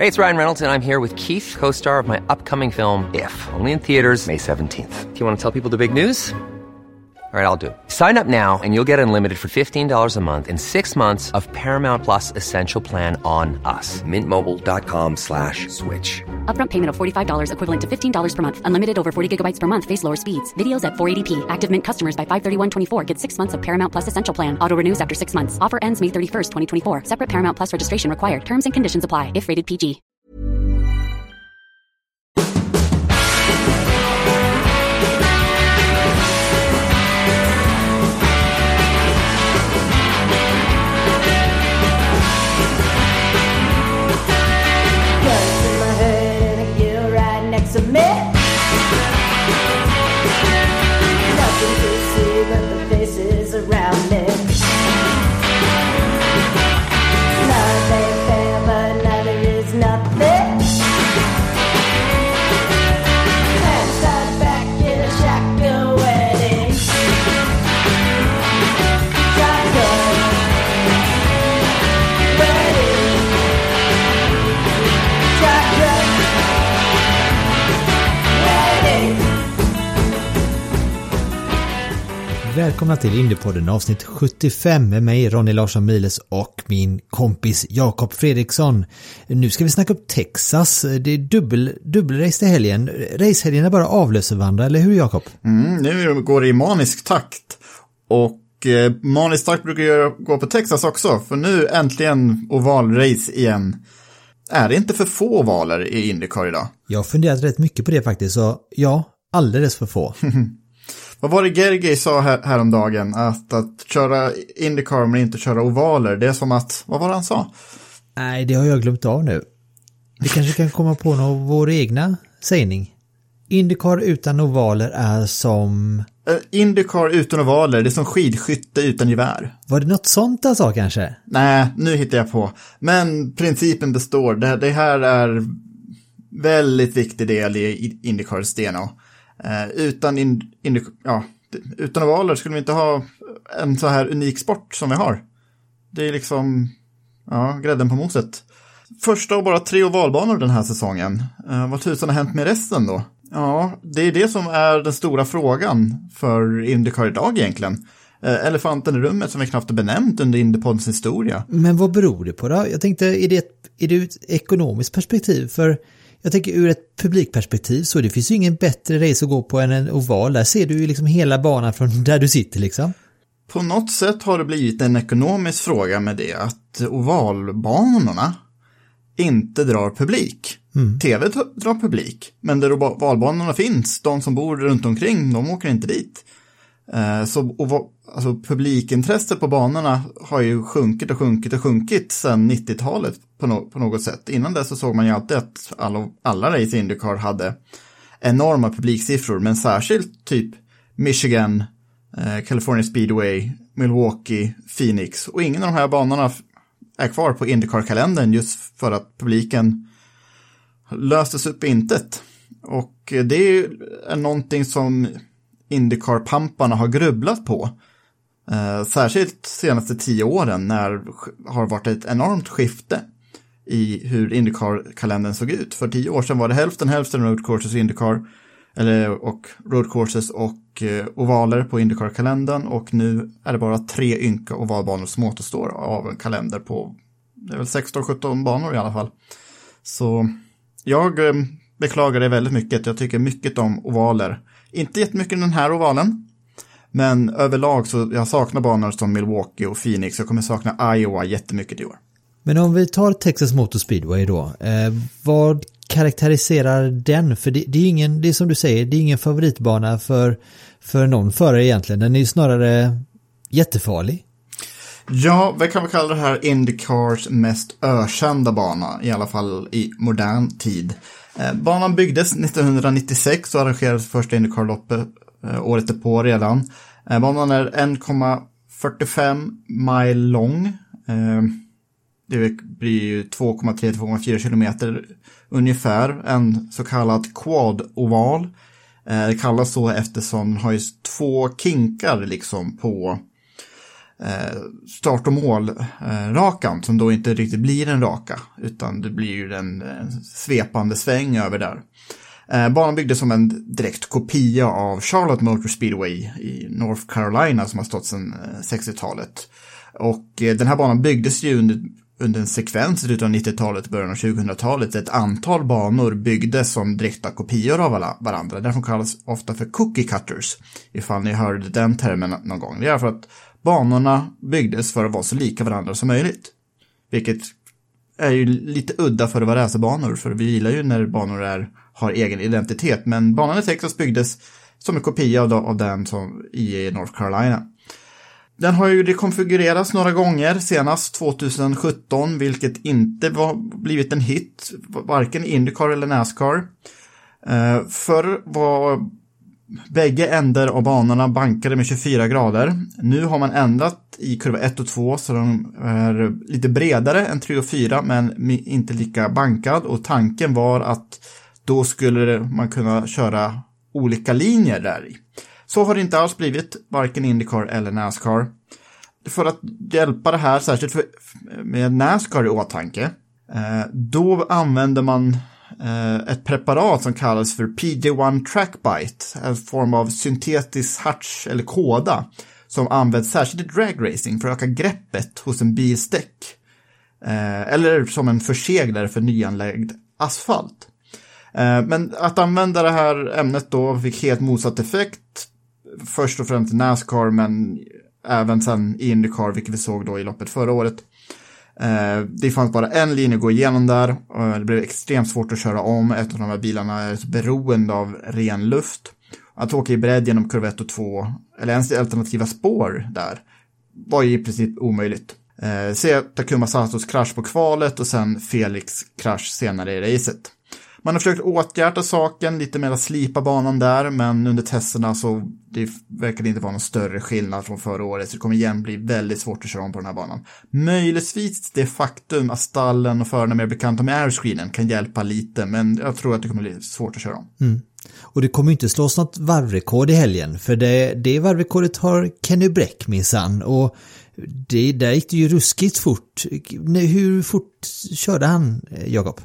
Hey, it's Ryan Reynolds, and I'm here with Keith, co-star of my upcoming film, If, only in theaters May 17th. Do you want to tell people the big news? All right, I'll do it. Sign up now and you'll get unlimited for $15 a month and 6 months of Paramount Plus Essential Plan on us. MintMobile.com/switch. Upfront payment of $45 equivalent to $15 per month. Unlimited over 40 gigabytes per month. Face lower speeds. Videos at 480p. Active Mint customers by 531.24 get 6 months of Paramount Plus Essential Plan. Auto renews after 6 months. Offer ends May 31st, 2024. Separate Paramount Plus registration required. Terms and conditions apply if rated PG. Välkomna till Indiepodden avsnitt 75 med mig Ronny Larsson Miles och min kompis Jakob Fredriksson. Nu ska vi snacka upp Texas. Det är dubbelrace i helgen. Racehelgen är bara avlösarvandra, eller hur Jakob? Nu går det i manisk takt. Och manisk takt brukar gå på Texas också. För nu äntligen ovalrace igen. Är det inte för få ovaler i IndyCar idag? Jag har funderat rätt mycket på det faktiskt. Så ja, alldeles för få. Vad var det Gergely sa häromdagen? Att köra IndyCar men inte köra ovaler. Det är som att, vad var det han sa? Nej, det har jag glömt av nu. Vi kanske kan komma på vår egna sägning. IndyCar utan ovaler är som... IndyCar utan ovaler, det är som skidskytte utan gevär. Var det något sånt han sa kanske? Nej, nu hittar jag på. Men principen består. Det här är väldigt viktig del i IndyCars DNA. Utan ovaler skulle vi inte ha en så här unik sport som vi har. Det är liksom grädden på moset. Första och bara 3 ovalbanor den här säsongen. Vad tusan har hänt med resten då? Ja, det är det som är den stora frågan för IndyCar idag egentligen. Elefanten i rummet som vi knappt har benämnt under Indypoddens historia. Men vad beror det på då? Jag tänkte, är det ett ekonomiskt perspektiv? För jag tänker ur ett publikperspektiv så det finns ju ingen bättre race att gå på än en oval. Där ser du ju liksom hela banan från där du sitter liksom. På något sätt har det blivit en ekonomisk fråga med det att ovalbanorna inte drar publik. TV drar publik, men där ovalbanorna finns, de som bor runt omkring, de åker inte dit. Så publikintresset på banorna har ju sjunkit sedan 90-talet på något sätt. Innan det så såg man ju alltid att alla race i IndyCar hade enorma publiksiffror, men särskilt typ Michigan, California Speedway, Milwaukee, Phoenix, och ingen av de här banorna är kvar på IndyCar-kalendern just för att publiken löstes upp i intet. Och det är någonting som IndyCar-pamparna har grubblat på. Särskilt senaste 10 åren när det har varit ett enormt skifte i hur IndyCar-kalendern såg ut. För 10 år sedan var det hälften road courses IndyCar och road courses och ovaler på IndyCar-kalendern, och nu är det bara 3 ynka ovalbanor som återstår av en kalender på, det är väl 16-17 banor i alla fall. Så jag beklagar det väldigt mycket. Jag tycker mycket om ovaler. Inte jättemycket den här ovalen, men överlag så jag saknar banor som Milwaukee och Phoenix. Jag kommer sakna Iowa jättemycket i år. Men om vi tar Texas Motor Speedway då, vad karaktäriserar den? För det är ingen, det är som du säger, det är ingen favoritbana för någon förare egentligen. Den är ju snarare jättefarlig. Ja, vad kan vi kalla det här IndyCars mest ökända bana, i alla fall i modern tid. Banan byggdes 1996 och arrangerades första IndyCar-loppet året därpå redan. Banan är 1,45 mile lång. Det blir ju 2,3-2,4 kilometer ungefär. En så kallad quad-oval. Det kallas så eftersom den har ju 2 kinkar liksom på start- och mål-rakan som då inte riktigt blir en raka utan det blir ju en svepande sväng över där. Banan byggdes som en direkt kopia av Charlotte Motor Speedway i North Carolina som har stått sedan 60-talet. Och den här banan byggdes ju under en sekvens utav 90-talet och början av 2000-talet. Ett antal banor byggdes som direkta kopior av varandra. Därför kallas ofta för cookie cutters, ifall ni hörde den termen någon gång. Det är för att banorna byggdes för att vara så lika varandra som möjligt. Vilket är ju lite udda för att vara racerbanor, för vi gillar ju när banor har egen identitet. Men banan i Texas byggdes som en kopia av den som i North Carolina. Den har ju rekonfigurerats några gånger, senast 2017, vilket inte blivit en hit, varken IndyCar eller NASCAR. Förr var bägge ändar av banorna bankade med 24 grader. Nu har man ändrat i kurva 1 och 2 så de är lite bredare än 3 och 4 men inte lika bankad. Och tanken var att då skulle man kunna köra olika linjer där i. Så har det inte alls blivit, varken IndyCar eller NASCAR. För att hjälpa det här, särskilt med NASCAR i åtanke, då använder man ett preparat som kallas för PJ1 Trackbite, en form av syntetisk harts eller kåda som används särskilt i dragracing för att öka greppet hos en bilstäck eller som en förseglare för nyanlagd asfalt. Men att använda det här ämnet då fick helt motsatt effekt, först och främst i NASCAR men även sen i IndyCar, vilket vi såg då i loppet förra året. Det fanns bara en linje att gå igenom där och det blev extremt svårt att köra om eftersom de här bilarna är så beroende av ren luft. Att åka i bredd genom kurva 1 och 2 eller ens alternativa spår där var i princip omöjligt. Se Takuma Satos krasch på kvalet och sen Felix krasch senare i racet. Man har försökt åtgärda saken, lite mer att slipa banan där, men under testerna så det verkar det inte vara någon större skillnad från förra året, så det kommer igen bli väldigt svårt att köra om på den här banan. Möjligtvis det faktum att stallen och förarna mer bekanta med airscreenen kan hjälpa lite, men jag tror att det kommer bli svårt att köra om. Mm. Och det kommer inte slås något varvrekord i helgen, för det varvrekordet har Kenny Bräck minsann, och där gick det ju ruskigt fort. Hur fort körde han, Jakob?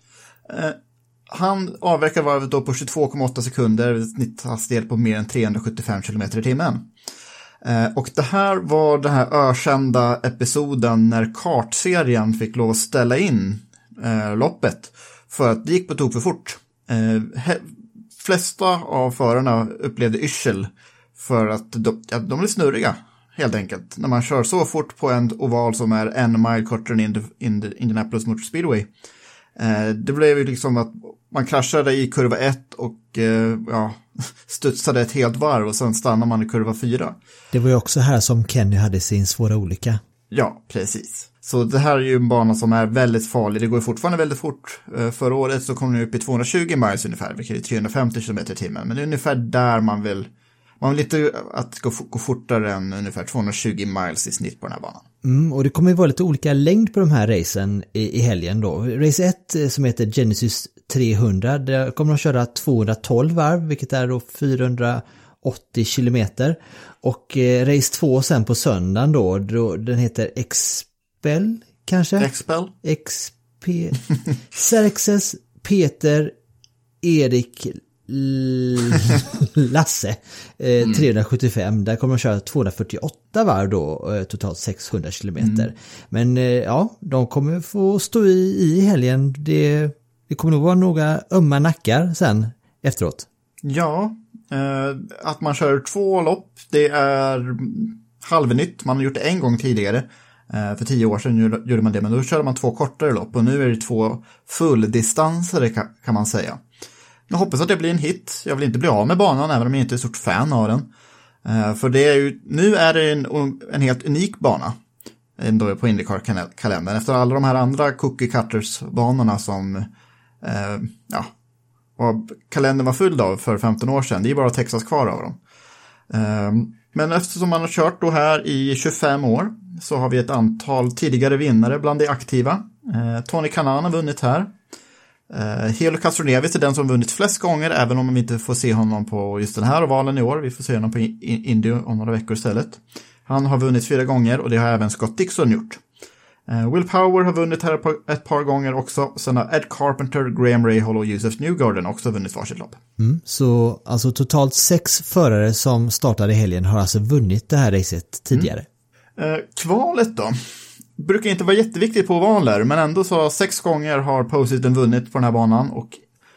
Han avverkar varvet då på 22,8 sekunder, snitthastighet på mer än 375 km i timmen. Och det här var den här ökända episoden när kartserien fick lov att ställa in loppet för att det gick på tok för fort. Flesta av förarna upplevde yrsel för att de är snurriga helt enkelt. När man kör så fort på en oval som är 1 mile kortare än Indianapolis Motor Speedway. Det blev ju liksom att man kraschade i kurva 1 och studsade ett helt varv och sen stannar man i kurva 4. Det var ju också här som Kenny hade sin svåra olycka. Ja, precis. Så det här är ju en bana som är väldigt farlig. Det går fortfarande väldigt fort. Förra året så kom det upp i 220 miles ungefär, vilket är 350 km i timmen. Men det är ungefär där man vill lite att gå fortare än ungefär 220 miles i snitt på den här banan. Och det kommer ju vara lite olika längd på de här racen i helgen då. Race 1 som heter Genesis 300, där kommer de köra 212 varv, vilket är då 480 kilometer. Och race 2 sen på söndagen då den heter Expel kanske? Expel? Xerxes, Peter, Erik, Lasse 375, där kommer de köra 248 varv då, totalt 600 kilometer. Men de kommer få stå i helgen. Det kommer nog vara några ömma nackar sen efteråt. Ja, att man kör 2 lopp, det är halvnytt. Man har gjort det en gång tidigare. För 10 år sedan gjorde man det, men då körde man 2 kortare lopp och nu är det 2 fulldistansare kan man säga. Jag hoppas att det blir en hit. Jag vill inte bli av med banan även om jag inte är ett stort fan av den. För nu är det en helt unik bana ändå på IndyCar-kalendern. Efter alla de här andra cookie cutters-banorna som kalendern var full av för 15 år sedan. Det är bara Texas kvar av dem. Men eftersom man har kört då här i 25 år så har vi ett antal tidigare vinnare bland de aktiva. Tony Kanaan har vunnit här. Helo Castroneves är den som vunnit flest gånger, även om vi inte får se honom på just den här ovalen i år. Vi får se honom på Indy om några veckor istället. Han har vunnit 4 gånger och det har även Scott Dixon gjort. Will Power har vunnit här ett par gånger också. Sen har Ed Carpenter, Graham Rahal och Joseph Newgarden också vunnit varsitt lopp. Så alltså totalt 6 förare som startade i helgen har alltså vunnit det här racet tidigare. Kvalet då? Brukar inte vara jätteviktigt på ovaler, men ändå så 6 gånger har Positen vunnit på den här banan. Och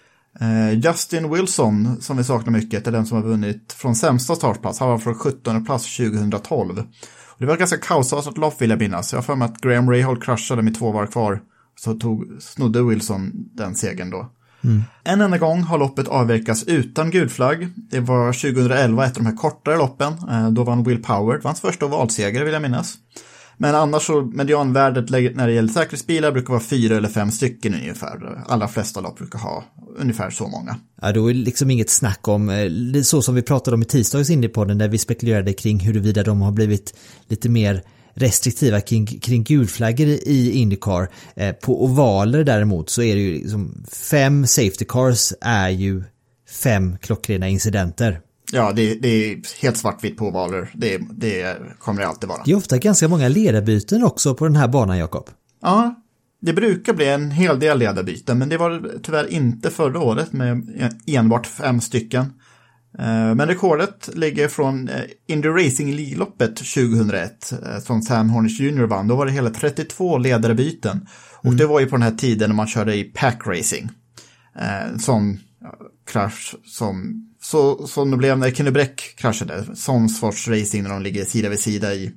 Justin Wilson, som vi saknar mycket, är den som har vunnit från sämsta startplats. Han var från 17:e plats 2012. Och det var ganska kaosartat lopp, vill jag minnas. Jag har för mig att Graham Rahal kraschade med 2 var kvar. Så snodde Wilson den segern då. En enda gång har loppet avverkats utan gulflagg. Det var 2011, ett av de här kortare loppen. Då vann Will Power. Det var hans första ovalseger, vill jag minnas. Men annars så medianvärdet när det gäller säkerhetsbilar brukar vara 4 eller 5 stycken ungefär. Alla flesta lopp brukar ha ungefär så många. Ja, då är liksom inget snack om, så som vi pratade om i tisdags Indypodden, där vi spekulerade kring huruvida de har blivit lite mer restriktiva kring gulflaggor i Indycar. På ovaler däremot så är det ju liksom 5 safety cars är ju 5 klockrena incidenter. Ja, det är helt svartvitt på ovaler. Det kommer det alltid vara. Det är ofta ganska många ledarbyten också på den här banan, Jakob. Ja, det brukar bli en hel del ledarbyten, men det var tyvärr inte förra året med enbart 5 stycken. Men rekordet ligger från Indy Racing League-loppet 2001 som Sam Hornish Jr. vann. Då var det hela 32 ledarbyten. Och det var ju på den här tiden när man körde i pack racing. Som krasch som det blev när Kenny Bräck kraschade. Sån sorts racing när de ligger sida vid sida i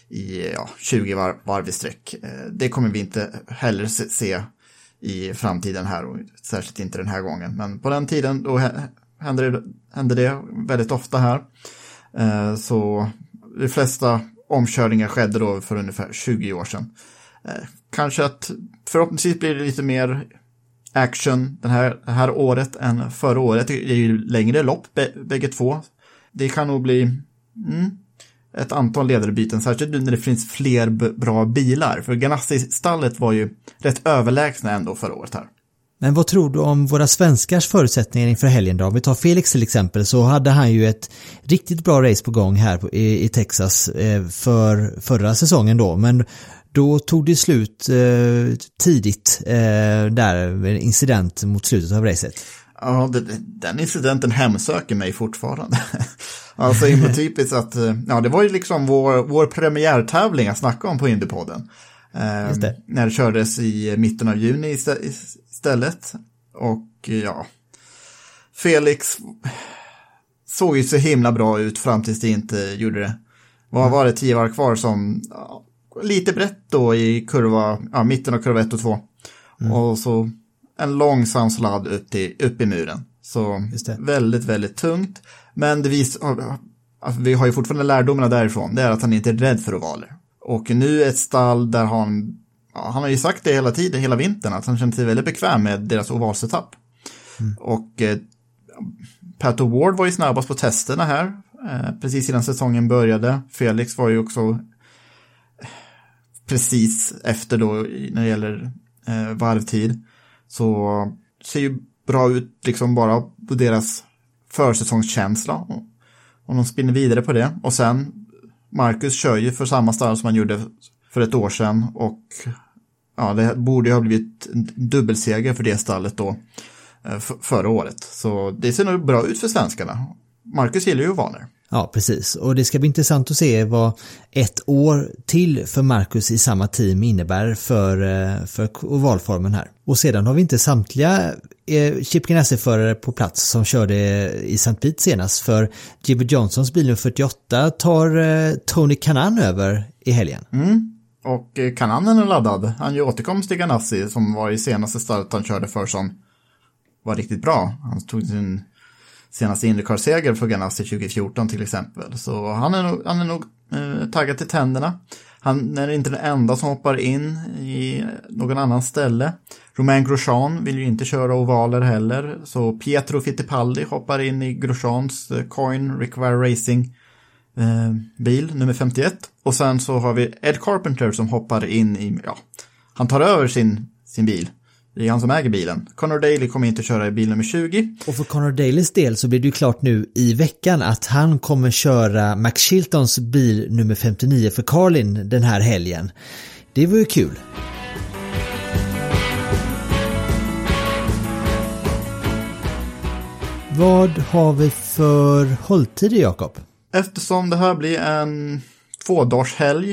20 varv i sträck. Det kommer vi inte heller se i framtiden här, och särskilt inte den här gången. Men på den tiden då hände det väldigt ofta här. Så de flesta omkörningar skedde då för ungefär 20 år sedan. Kanske att förhoppningsvis blir det lite mer action det här året än förra året. Det är ju längre lopp bägge två. Det kan nog bli ett antal ledarbyten, särskilt när det finns fler bra bilar. För Ganassi-stallet var ju rätt överlägsna ändå förra året här. Men vad tror du om våra svenskars förutsättningar inför helgen då? Om vi tar Felix till exempel, så hade han ju ett riktigt bra race på gång här i Texas för förra säsongen då. Men då tog det slut tidigt där med en incident mot slutet av racet. Ja, den incidenten hemsöker mig fortfarande. Alltså inte typiskt att, det var ju liksom vår premiärtävling att snacka om på Indypodden. När det kördes i mitten av juni istället. Och Felix såg ju så himla bra ut fram tills det inte gjorde det. Vad var det 10 var kvar som lite brett då i mitten av kurva 1 och 2. Och så en långsam sladd upp i muren. Så väldigt, väldigt tungt. Men det vi har ju fortfarande lärdomarna därifrån. Det är att han inte är rädd för ovaler. Och nu ett stall där han har ju sagt det hela tiden, hela vintern, att han känner sig väldigt bekväm med deras ovalsetup. Och Pat O'Ward var ju snabbast på testerna här. Precis innan säsongen började. Felix var ju också precis efter då när det gäller varvtid. Så ser ju bra ut liksom bara på deras försäsongskänsla. Och de spinner vidare på det. Och sen Marcus kör ju för samma stall som han gjorde för ett år sedan. Och det borde ju ha blivit en dubbelseger för det stallet då förra året. Så det ser nog bra ut för svenskarna. Marcus gillar ju ovaler. Ja, precis. Och det ska bli intressant att se vad ett år till för Marcus i samma team innebär för ovalformen här. Och sedan har vi inte samtliga Chip Ganassi-förare på plats som körde i St. Pete senast. För Jimmy Johnsons bil nummer 48 tar Tony Kanaan över i helgen. Och Kanaanen är laddad. Han ju återkomst till Ganassi som var i senaste stallet han körde för, som var riktigt bra. Han tog sin senaste Indycar-seger för Ganassi 2014 till exempel. Så han är nog taggad till tänderna. Han är inte den enda som hoppar in i någon annan ställe. Romain Grosjean vill ju inte köra ovaler heller. Så Pietro Fittipaldi hoppar in i Grosjeans Coin Require Racing bil nummer 51. Och sen så har vi Ed Carpenter som hoppar in i, han tar över sin bil Det är han som äger bilen. Connor Daly kommer inte köra i bil nummer 20. Och för Connor Dalys del så blir det ju klart nu i veckan att han kommer köra Max Chiltons bil nummer 59 för Carlin den här helgen. Det var ju kul. Vad har vi för hålltider, Jakob? Eftersom det här blir en 2-dagshelg,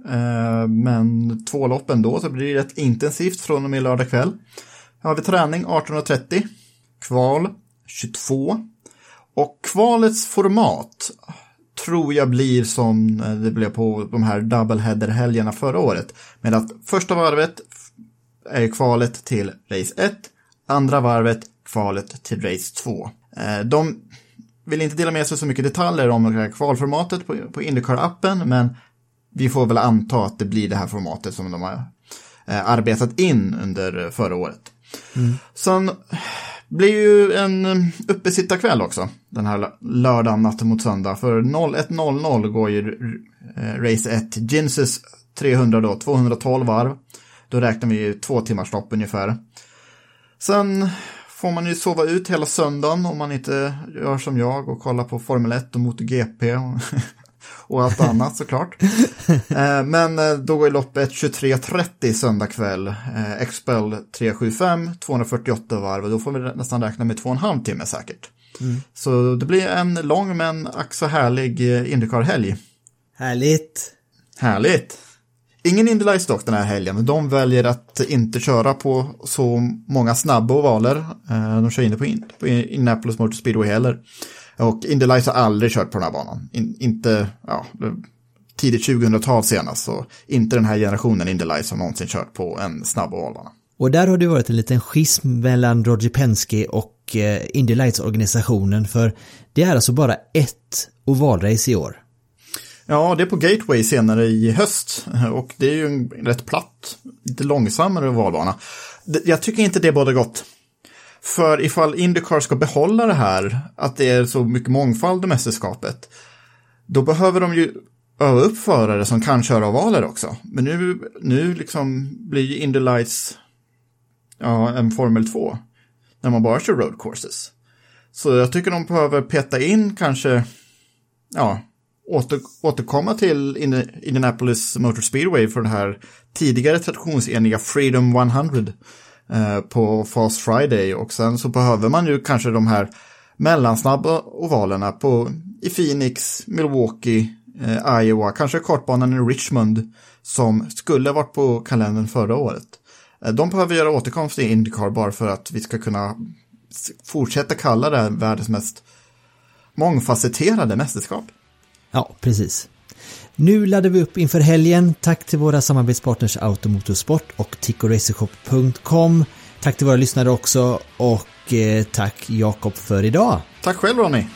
men 2 lopp ändå, så blir det rätt intensivt från och med lördag kväll. Här har vi träning 18.30, kval 22, och kvalets format tror jag blir som det blev på de här doubleheader-helgerna förra året. Med att första varvet är kvalet till race 1, andra varvet kvalet till race 2. De vill inte dela med sig så mycket detaljer om det här kvalformatet på IndyCar-appen, men vi får väl anta att det blir det här formatet som de har arbetat in under förra året. Sen blir ju en uppesittarkväll också den här lördagen natten mot söndag. För 01.00 går ju race 1, Ginses 300 då, 212 varv. Då räknar vi ju 2 timmars stopp ungefär. Sen får man ju sova ut hela söndagen om man inte gör som jag och kollar på Formel 1 och MotoGP och allt annat såklart. Men då går loppet 23.30 söndag kväll. Expel 375, 248 varv, och då får vi nästan räkna med 2,5 timmar säkert. Så det blir en lång men ack så härlig IndyCar-helg. Härligt! Ingen Indy Lights dock den här helgen, men de väljer att inte köra på så många snabba ovaler. De kör inte på Indianapolis Motor Speedway heller. Och Indy Lights har aldrig kört på den här banan. Inte, tidigt 2000-tal senast, så inte den här generationen Indy Lights har någonsin kört på en snabb ovalbana. Och där har det varit en liten schism mellan Roger Penske och Indy Lights-organisationen, för det är alltså bara ett ovalrace i år. Ja, det är på Gateway senare i höst, och det är ju en rätt platt, lite långsammare ovalbana. Jag tycker inte det är både gott. För ifall IndyCar ska behålla det här, att det är så mycket mångfald i mästerskapet, då behöver de ju öva upp förare som kan köra ovaler också. Men nu liksom blir Indy Lights en Formel 2 när man bara kör road courses. Så jag tycker de behöver peta in kanske återkomma till Indianapolis Motor Speedway för det här tidigare traditionsenliga Freedom 100 på Fast Friday, och sen så behöver man ju kanske de här mellansnabba ovalerna i Phoenix, Milwaukee, Iowa, kanske kartbanan i Richmond som skulle varit på kalendern förra året. De behöver göra återkomst i IndyCar bara för att vi ska kunna fortsätta kalla det världens mest mångfacetterade mästerskap. Ja, precis. Nu laddar vi upp inför helgen. Tack till våra samarbetspartners Automotorsport och TicoRacershop.com. Tack till våra lyssnare också, och tack Jakob för idag. Tack själv, Ronny.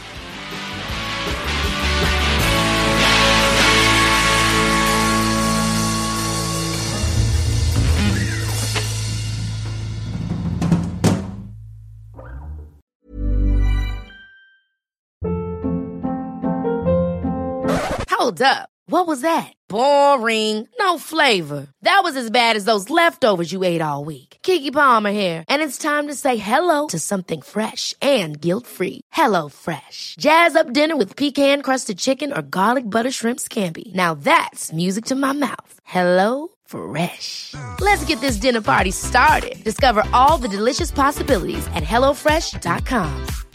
Hold up. What was that? Boring. No flavor. That was as bad as those leftovers you ate all week. Keke Palmer here, and it's time to say hello to something fresh and guilt-free. Hello Fresh. Jazz up dinner with pecan-crusted chicken or garlic butter shrimp scampi. Now that's music to my mouth. Hello Fresh. Let's get this dinner party started. Discover all the delicious possibilities at HelloFresh.com.